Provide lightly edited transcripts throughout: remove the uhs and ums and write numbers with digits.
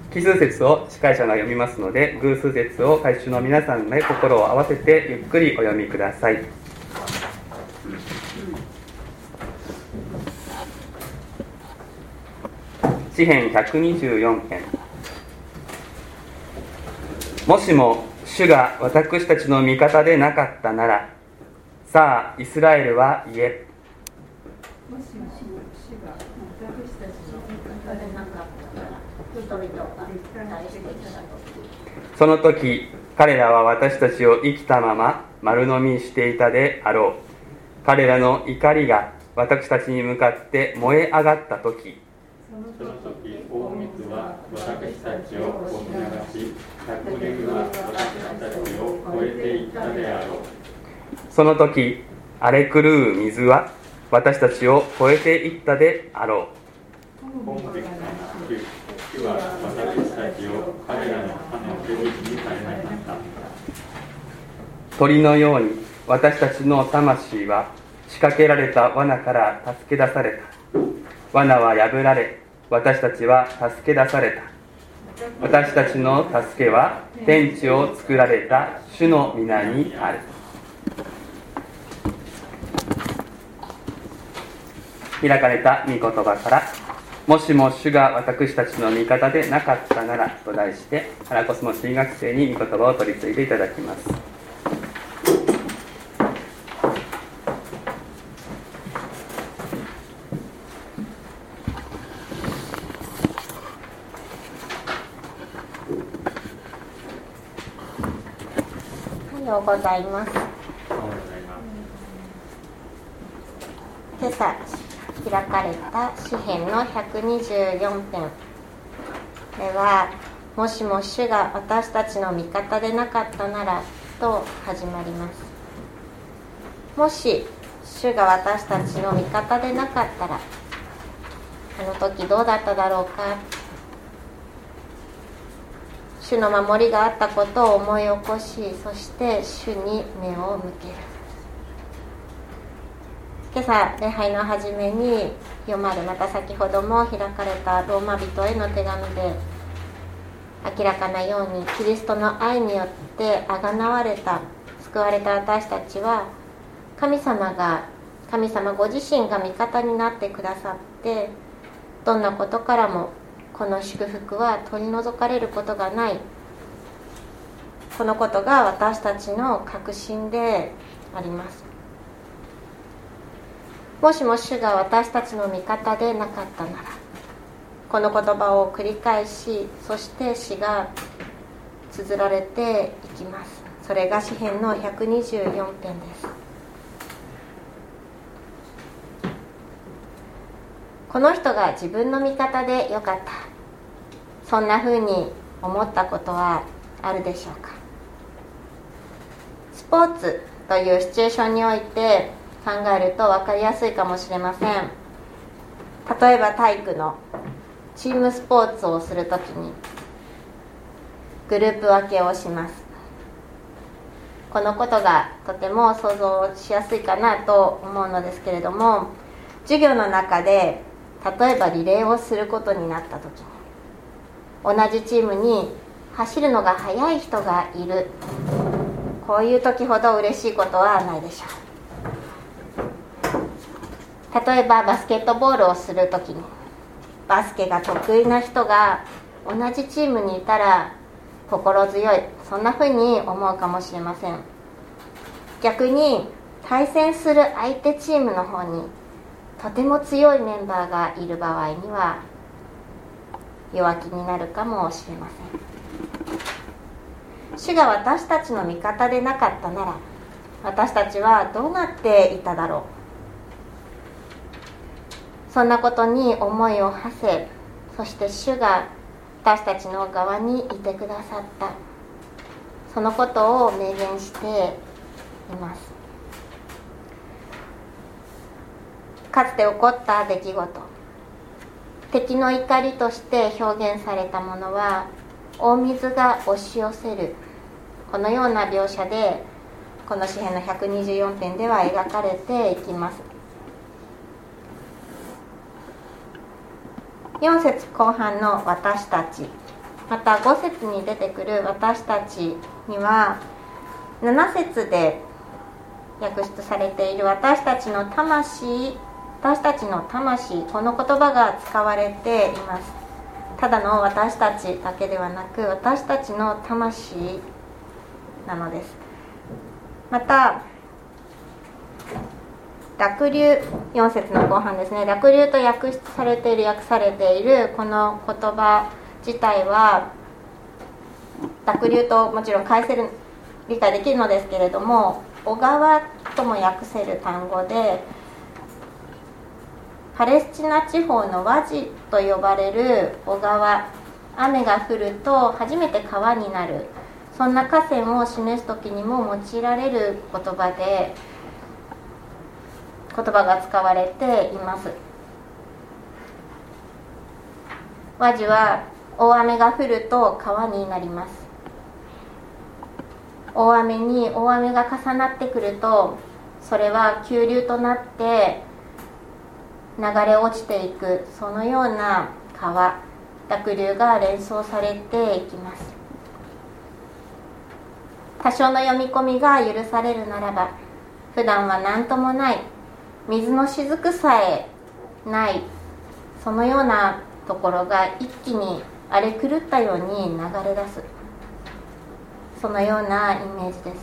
奇数節を司会者が読みますので、偶数節を会衆の皆さんで心を合わせてゆっくりお読みください。詩編124編。もしも主が私たちの味方でなかったなら、さあイスラエルは言え。 もしも主が私たちの味方でなかったなら、人々が大していたとき、 その時彼らは私たちを生きたまま丸飲みしていたであろう。彼らの怒りが私たちに向かって燃え上がった時、 その時大水は私たちを押し流し、濁流は私たちを超えていったであろう。 その時荒れ狂う水は私たちを超えていったであろう。 本別な主は私たちを彼らの歯の手口にされなかった。 鳥のように私たちの魂は仕掛けられた罠から助け出された。罠は破られ、私たちは助け出された。私たちの助けは天地を作られた主の皆にある。開かれた御言葉から、もしも主が私たちの味方でなかったならと題して、原コスモ神学生に御言葉を取り次いでいただきます。 おはようございます。今朝開かれた詩編の124編では、もしも主が私たちの味方でなかったならと始まります。もし主が私たちの味方でなかったら、あの時どうだっただろうか。主の守りがあったことを思い起こし、そして主に目を向ける。今朝礼拝の初めに読まれ、また先ほども開かれたローマ人への手紙で明らかなように、キリストの愛によってあがなわれた、救われた私たちは、神様ご自身が味方になってくださって、どんなことからもこの祝福は取り除かれることがない、このことが私たちの確信であります。もしも主が私たちの味方でなかったなら、この言葉を繰り返し、そして詩が綴られていきます。それが詩編の124編です。この人が自分の味方でよかった、そんな風に思ったことはあるでしょうか。スポーツというシチュエーションにおいて考えると分かりやすいかもしれません。例えば体育のチームスポーツをするときにグループ分けをします。このことがとても想像しやすいかなと思うのですけれども、授業の中で例えばリレーをすることになったときに、同じチームに走るのが速い人がいる、こういう時ほど嬉しいことはないでしょう。例えばバスケットボールをするときに、バスケが得意な人が同じチームにいたら心強い、そんな風に思うかもしれません。逆に対戦する相手チームの方にとても強いメンバーがいる場合には弱気になるかもしれません。主が私たちの味方でなかったなら、私たちはどうなっていただろう。そんなことに思いを馳せ、そして主が私たちの側にいてくださった、そのことを明言しています。かつて起こった出来事、敵の怒りとして表現されたものは、大水が押し寄せる、このような描写でこの詩編の124編では描かれていきます。4節後半の私たちまた5節に出てくる私たちには7節で訳出されている私たちの魂、この言葉が使われています。ただの私たちだけではなく、私たちの魂なのです。また濁流、4節の後半ですね、濁流と訳されているこの言葉自体は、濁流ともちろん理解できるのですけれども、小川とも訳せる単語で、パレスチナ地方のワジと呼ばれる小川、雨が降ると初めて川になる、そんな河川を示す時にも用いられる言葉が使われています。ワジは大雨が降ると川になります。大雨に大雨が重なってくると、それは急流となって流れ落ちていく、そのような川、濁流が連想されていきます。多少の読み込みが許されるならば、普段は何ともない、水の雫さえない、そのようなところが一気に荒れ狂ったように流れ出す、そのようなイメージです。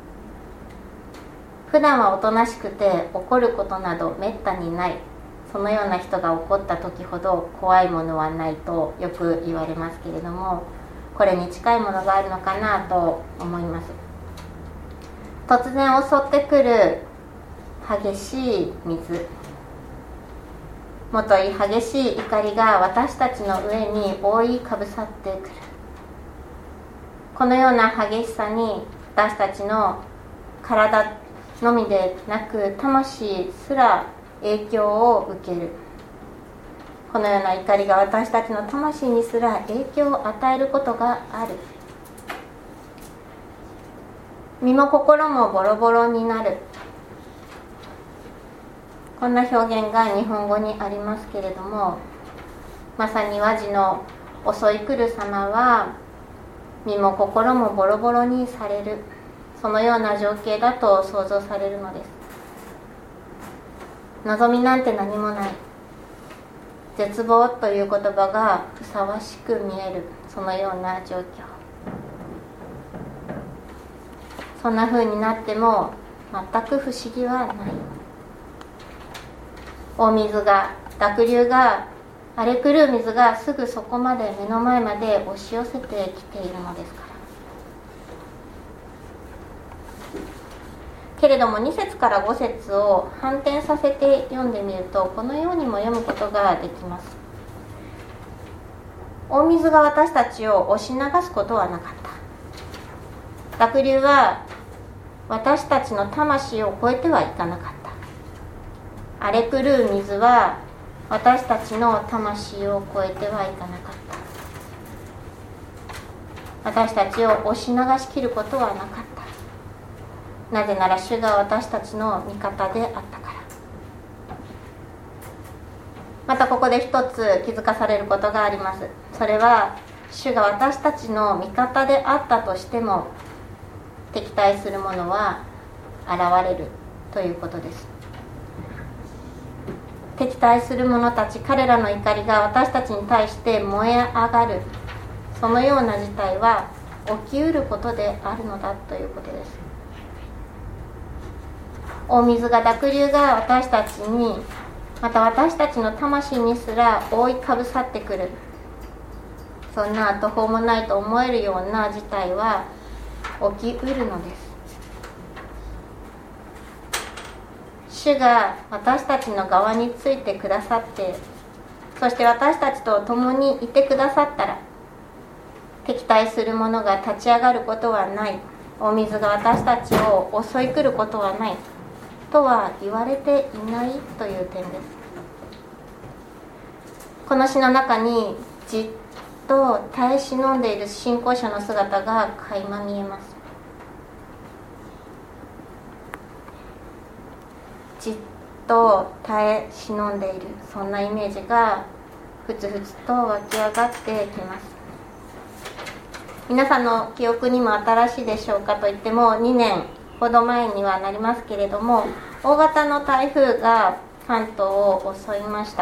普段はおとなしくて怒ることなどめったにない、そのような人が怒った時ほど怖いものはないとよく言われますけれども、これに近いものがあるのかなと思います。突然襲ってくる激しい水、もとい激しい怒りが私たちの上に覆いかぶさってくる。このような激しさに私たちの体のみでなく魂すら影響を受ける。このような怒りが私たちの魂にすら影響を与えることがある。身も心もボロボロになる、こんな表現が日本語にありますけれども、まさにワジの襲い来る様は身も心もボロボロにされる、そのような情景だと想像されるのです。望みなんて何もない、絶望という言葉がふさわしく見える、そのような状況。そんな風になっても全く不思議はない。大水が、濁流が、荒れ狂う水がすぐそこまで、目の前まで押し寄せてきているのですから。けれども2節から5節を反転させて読んでみると、このようにも読むことができます。大水が私たちを押し流すことはなかった。濁流は私たちの魂を越えてはいかなかった。荒れ狂う水は私たちの魂を越えてはいかなかった。私たちを押し流し切ることはなかった。なぜなら主が私たちの味方であったから。またここで一つ気づかされることがあります。それは主が私たちの味方であったとしても、敵対する者は現れるということです。敵対する者たち、彼らの怒りが私たちに対して燃え上がる、そのような事態は起きうることであるのだということです。大水が、濁流が私たちに、また私たちの魂にすら覆いかぶさってくる、そんな途方もないと思えるような事態は起きうるのです。主が私たちの側についてくださって、そして私たちと共にいてくださったら、敵対する者が立ち上がることはない、大水が私たちを襲い来ることはないとは言われていないという点です。この詩の中にじっと耐え忍んでいる信仰者の姿が垣間見えます。じっと耐え忍んでいる、そんなイメージがふつふつと湧き上がってきます。 皆さんの記憶にも新しいでしょうかといっても2年ほど前にはなりますけれども、大型の台風が関東を襲いました。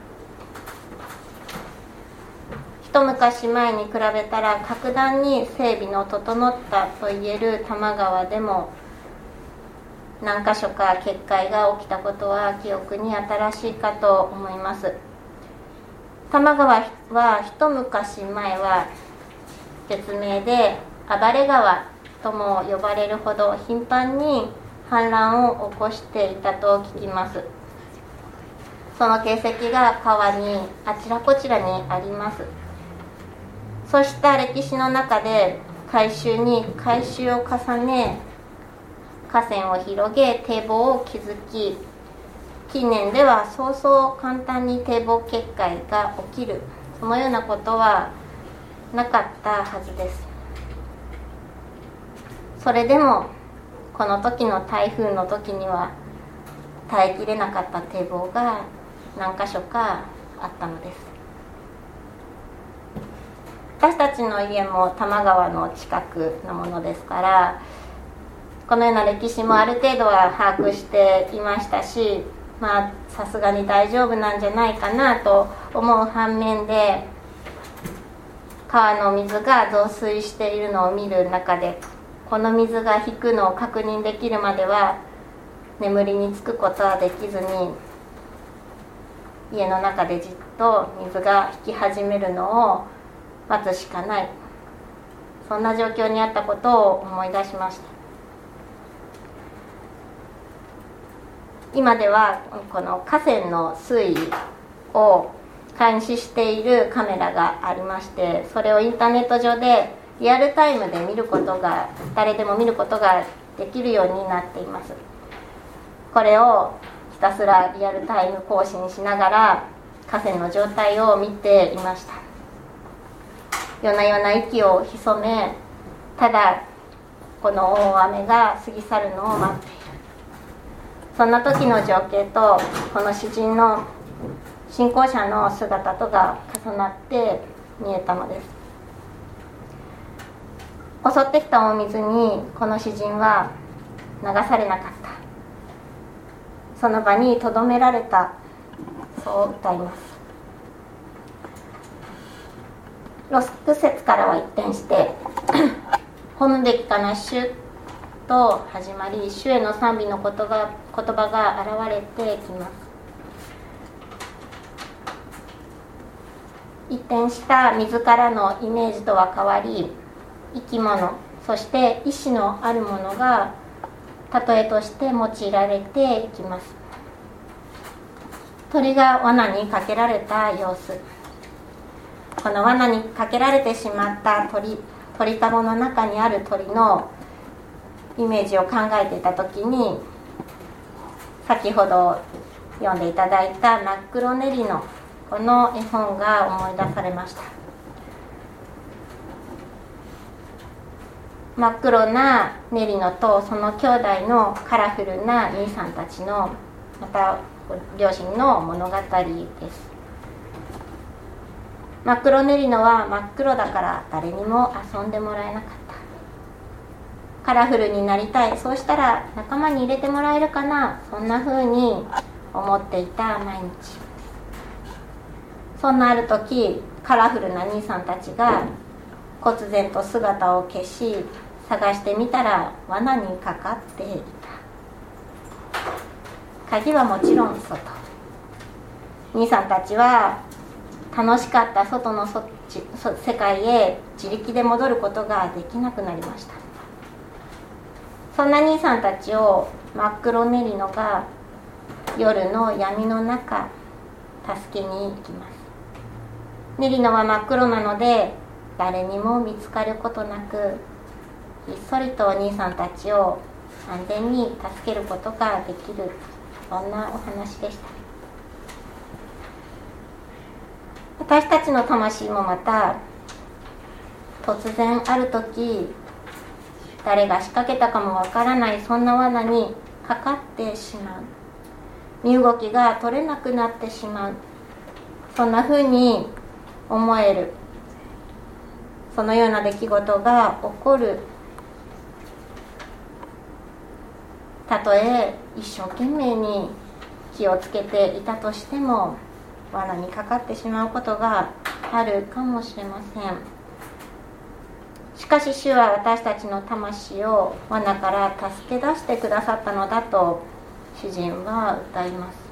一昔前に比べたら格段に整備の整ったといえる多摩川でも何か所か決壊が起きたことは記憶に新しいかと思います。多摩川は一昔前は別名で暴れ川とも呼ばれるほど頻繁に氾濫を起こしていたと聞きます。その形跡が川にあちらこちらにあります。そうした歴史の中で改修に改修を重ね、河川を広げ堤防を築き、近年ではそうそう簡単に堤防決壊が起きる、そのようなことはなかったはずです。それでもこの時の台風の時には耐えきれなかった堤防が何か所かあったのです。私たちの家も多摩川の近くのものですから、このような歴史もある程度は把握していましたし、さすがに大丈夫なんじゃないかなと思う反面で、川の水が増水しているのを見る中で、この水が引くのを確認できるまでは眠りにつくことはできずに、家の中でじっと水が引き始めるのを待つしかない、そんな状況にあったことを思い出しました。今ではこの河川の水位を監視しているカメラがありまして、それをインターネット上でリアルタイムで見ることが、誰でも見ることができるようになっています。これをひたすらリアルタイム更新しながら河川の状態を見ていました。夜な夜な息を潜め、ただこの大雨が過ぎ去るのを待っている、そんな時の情景とこの詩人の信仰者の姿とが重なって見えたのです。襲ってきた大水にこの詩人は流されなかった、その場に留められた、そう歌います。6節からは一転してホムベキかな主と始まり、主への賛美の言葉が現れてきます。一転した水からのイメージとは変わり、生き物、そして意志のあるものが例えとして用いられていきます。鳥が罠にかけられた様子、この罠にかけられてしまった鳥かごの中にある鳥のイメージを考えていたときに、先ほど読んでいただいた真っ黒ネリのこの絵本が思い出されました。真っ黒なネリノとその兄弟のカラフルな兄さんたちの、また両親の物語です。真っ黒ネリノは真っ黒だから誰にも遊んでもらえなかった。カラフルになりたい、そうしたら仲間に入れてもらえるかな、そんな風に思っていた毎日。そんなある時、カラフルな兄さんたちが忽然と姿を消し、探してみたら罠にかかっていた。鍵はもちろん外。兄さんたちは楽しかった外の世界へ自力で戻ることができなくなりました。そんな兄さんたちを真っ黒ネリノが夜の闇の中助けに行きます。ネリノは真っ黒なので誰にも見つかることなく、ひっそりとお兄さんたちを安全に助けることができる、そんなお話でした。私たちの魂もまた突然ある時、誰が仕掛けたかもわからない、そんな罠にかかってしまう、身動きが取れなくなってしまう、そんな風に思える。 そのような出来事が起こる。たとえ一生懸命に気をつけていたとしても、罠にかかってしまうことがあるかもしれません。しかし主は私たちの魂を罠から助け出してくださったのだと詩人は歌います。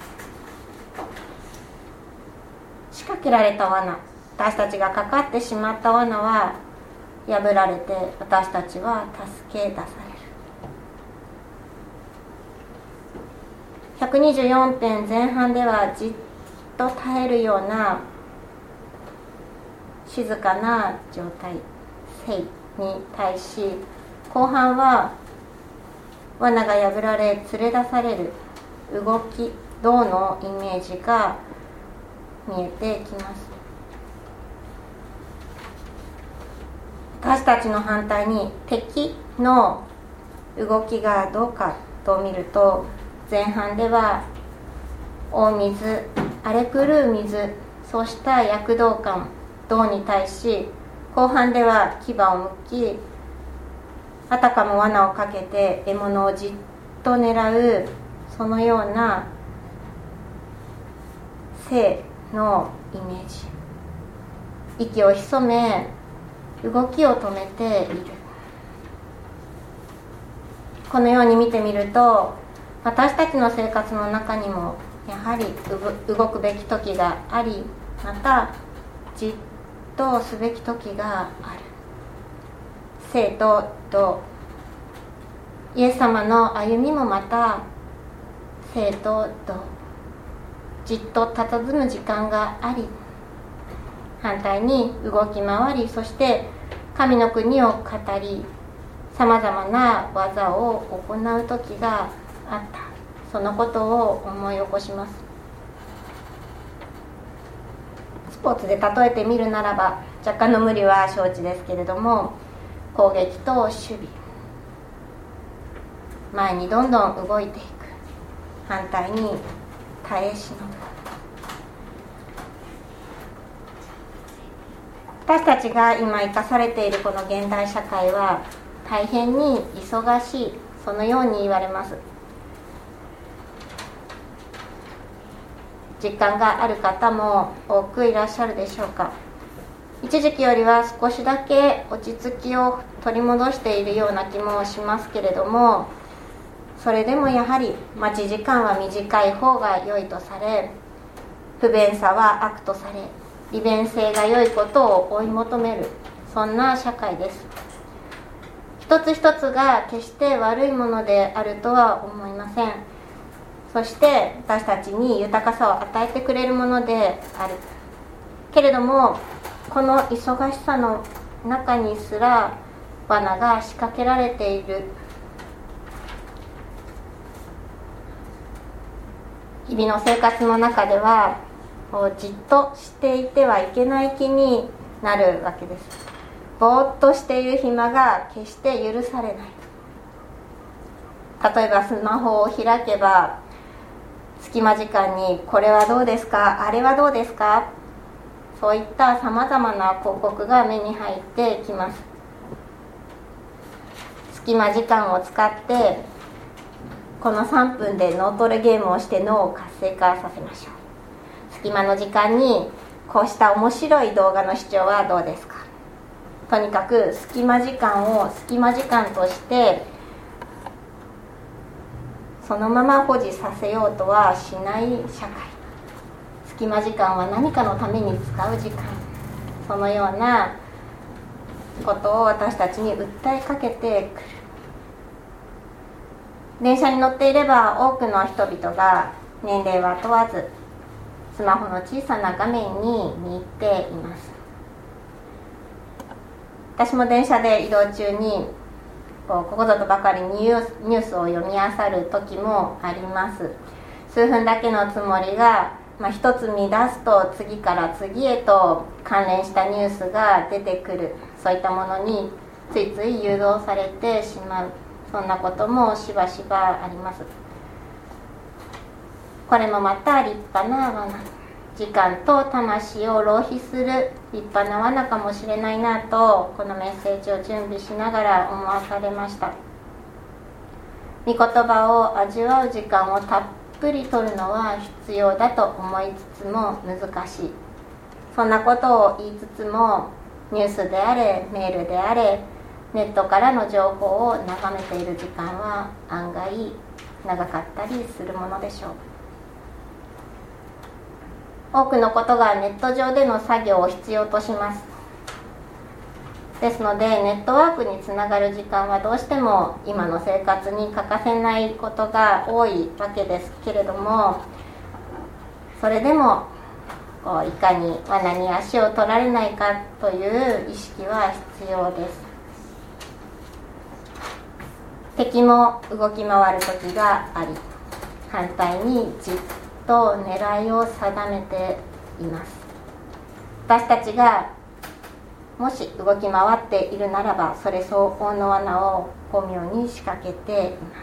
仕掛けられた罠、私たちがかかってしまった罠は破られて、私たちは助け出される。124編前半ではじっと耐えるような静かな状態、静に対し、後半は罠が破られ連れ出される動き、動のイメージが見えてきます。私たちの反対に敵の動きがどうかと見ると、前半では大水、荒れ狂う水、そうした躍動感、動に対し、後半では牙をむき、あたかも罠をかけて獲物をじっと狙う、そのような生のイメージ。息を潜め、動きを止めている。このように見てみると、私たちの生活の中にもやはり動くべき時があり、またじっとすべき時がある。生と動、イエス様の歩みもまた生と動、じっと佇む時間があり、反対に動き回り、そして神の国を語り、さまざまな技を行う時があった。そのことを思い起こします。スポーツで例えてみるならば、若干の無理は承知ですけれども、攻撃と守備、前にどんどん動いていく、反対に耐え忍ぶ。私たちが今生かされているこの現代社会は大変に忙しい、そのように言われます。実感がある方も多くいらっしゃるでしょうか。一時期よりは少しだけ落ち着きを取り戻しているような気もしますけれども、それでもやはり待ち時間は短い方が良いとされ、不便さは悪とされ、利便性が良いことを追い求める、そんな社会です。一つ一つが決して悪いものであるとは思いません。そして私たちに豊かさを与えてくれるものであるけれども、この忙しさの中にすら罠が仕掛けられている。日々の生活の中ではじっとしていてはいけない気になるわけです。ぼーっとしている暇が決して許されない。例えばスマホを開けば、隙間時間にこれはどうですか、あれはどうですか、そういったさまざまな広告が目に入ってきます。隙間時間を使ってこの3分で脳トレゲームをして脳を活性化させましょう。隙間の時間にこうした面白い動画の視聴はどうですか。とにかく隙間時間を隙間時間としてそのまま保持させようとはしない社会。隙間時間は何かのために使う時間、そのようなことを私たちに訴えかけてくる。電車に乗っていれば多くの人々が年齢は問わずスマホの小さな画面に見入っています。私も電車で移動中にここぞとばかりニュースを読み漁る時もあります。数分だけのつもりが、一つ見出すと次から次へと関連したニュースが出てくる、そういったものについつい誘導されてしまう、そんなこともしばしばあります。これもまた立派な罠。 時間と魂を浪費する立派な罠かもしれないなと、このメッセージを準備しながら思わされました。御言葉を味わう時間をたっぷり取るのは必要だと思いつつも難しい。そんなことを言いつつも、ニュースであれメールであれネットからの情報を眺めている時間は案外長かったりするものでしょう。多くのことがネット上での作業を必要とします。ですのでネットワークにつながる時間はどうしても今の生活に欠かせないことが多いわけですけれども、それでもいかに罠に足を取られないかという意識は必要です。敵も動き回る時があり、反対にじっと狙いを定めています。私たちがもし動き回っているならば、それ相応の罠を巧妙に仕掛けています。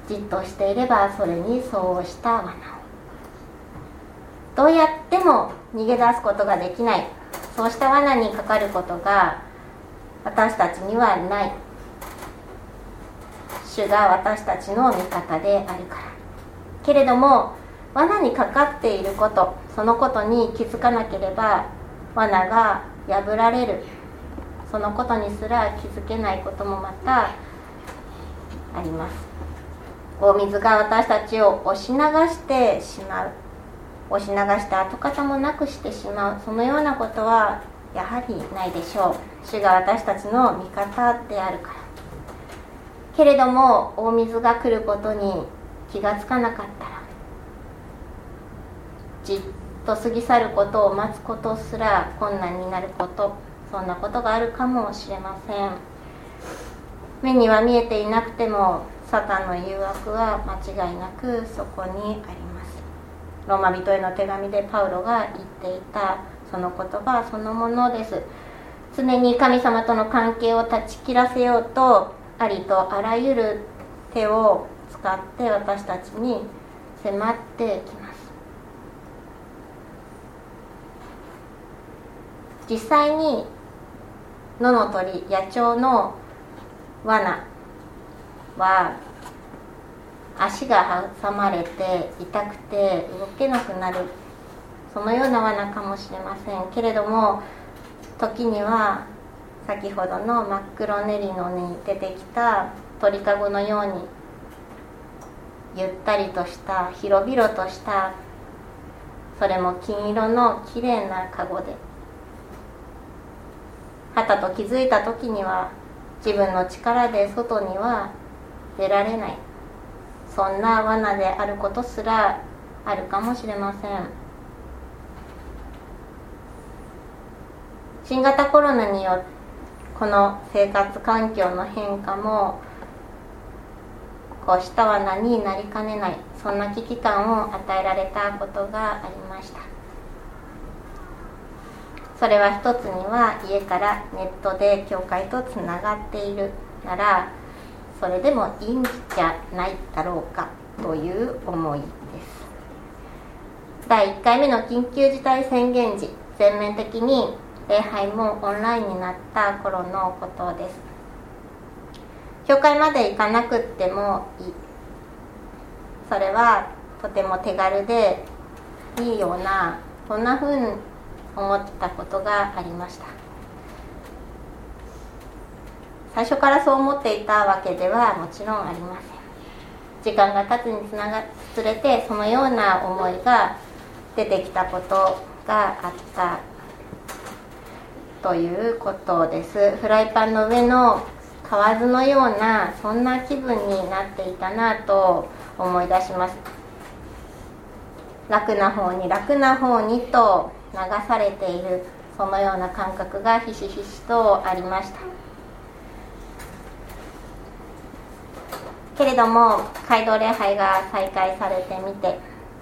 じっとしていればそれに相応した罠を、どうやっても逃げ出すことができない、そうした罠にかかることが私たちにはない。主が私たちの味方であるから。けれども罠にかかっていること、そのことに気づかなければ罠が破られる、そのことにすら気づけないこともまたあります。大水が私たちを押し流してしまう、押し流して跡形もなくしてしまう、そのようなことはやはりないでしょう。主が私たちの味方であるから。けれども大水が来ることに気がつかなかったら、じっと過ぎ去ることを待つことすら困難になること、そんなことがあるかもしれません。目には見えていなくてもサタンの誘惑は間違いなくそこにあります。ローマ人への手紙でパウロが言っていたその言葉そのものです。常に神様との関係を断ち切らせようと、ありとあらゆる手を使って私たちに迫ってきます。実際に野の鳥、野鳥の罠は足が挟まれて痛くて動けなくなる、そのような罠かもしれませんけれども、時には先ほどの真っ黒練りのに出てきた鳥かごのようにゆったりとした広々とした、それも金色のきれいなかごで、はたと気づいた時には自分の力で外には出られない、そんな罠であることすらあるかもしれません。新型コロナによってこの生活環境の変化もこうした罠になりかねない、そんな危機感を与えられたことがありました。それは一つには家からネットで教会とつながっているならそれでもいいんじゃないだろうかという思いです。第1回目の緊急事態宣言時、全面的に礼拝もオンラインになった頃のことです。教会まで行かなくってもいい、それはとても手軽でいいような、そんな風に思ったことがありました。最初からそう思っていたわけではもちろんありません。時間が経つにつれてそのような思いが出てきたことがあったということです。フライパンの上の蛙のような、そんな気分になっていたなと思い出します。楽な方に楽な方にと流されている、そのような感覚がひしひしとありました。けれども街道礼拝が再開されてみて、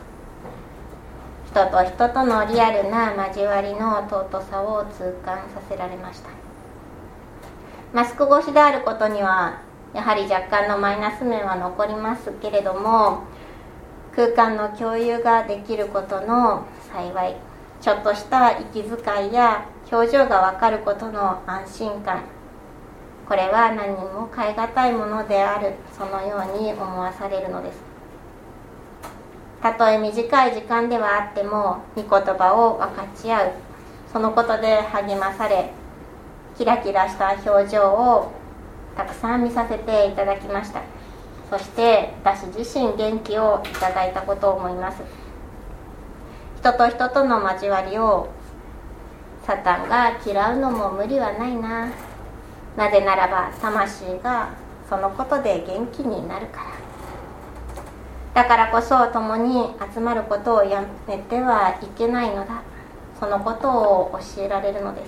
人と人とのリアルな交わりの尊さを痛感させられました。マスク越しであることにはやはり若干のマイナス面は残りますけれども、 空間の共有ができることの幸い、ちょっとした息遣いや表情がわかることの安心感、これは何にも代え難いものである、そのように思わされるのです。たとえ短い時間ではあっても御言葉を分かち合う、そのことで励まされ、キラキラした表情をたくさん見させていただきました。そして私自身元気をいただいたことを思います。人と人との交わりをサタンが嫌うのも無理はないな。なぜならば魂がそのことで元気になるから。だからこそ共に集まることをやめてはいけないのだ、そのことを教えられるのです。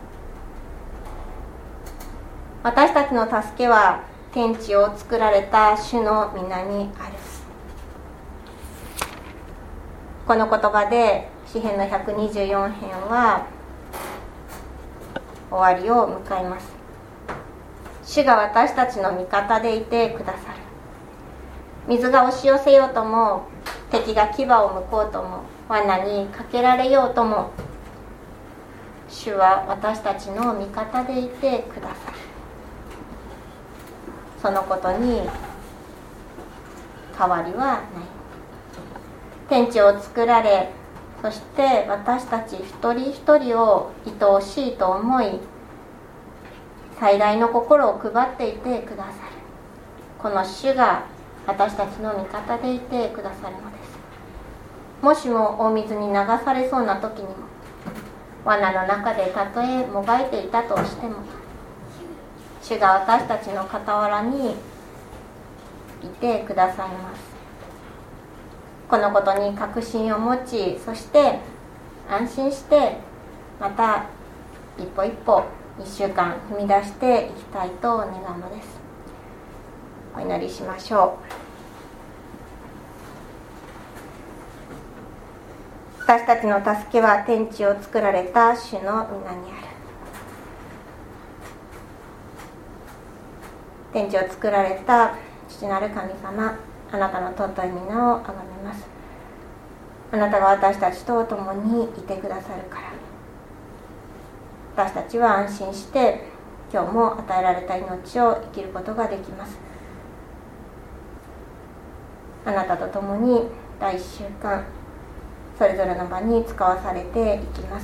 私たちの助けは天地を作られた主の皆にある。この言葉で詩編の124編は終わりを迎えます。主が私たちの味方でいてくださる。水が押し寄せようとも、敵が牙を向こうとも、罠にかけられようとも、主は私たちの味方でいてくださる。そのことに変わりはない。天地を作られ、そして私たち一人一人を愛おしいと思い、最大の心を配っていてくださる。この主が私たちの味方でいてくださるのです。もしも大水に流されそうな時にも、罠の中でたとえもがいていたとしても、主が私たちの傍らにいてくださいます。このことに確信を持ち、そして安心して、また一歩一歩1週間踏み出していきたいと願うのです。お祈りしましょう。私たちの助けは天地を作られた主の皆にある。天地を作られた父なる神様、あなたの尊い皆をあがめます。あなたが私たちと共にいてくださるから、私たちは安心して今日も与えられた命を生きることができます。あなたと共に第1週間それぞれの場に使わされていきます。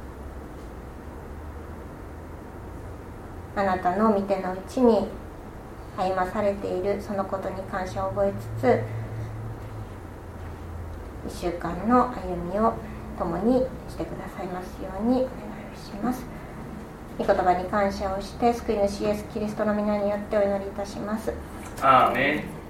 あなたの御手のうちに歩まされているそのことに感謝を覚えつつ、1週間の歩みを共にしてくださいますようにお願いをします。御言葉に感謝をして、救い主イエスキリストの皆によってお祈りいたします。 アーメン。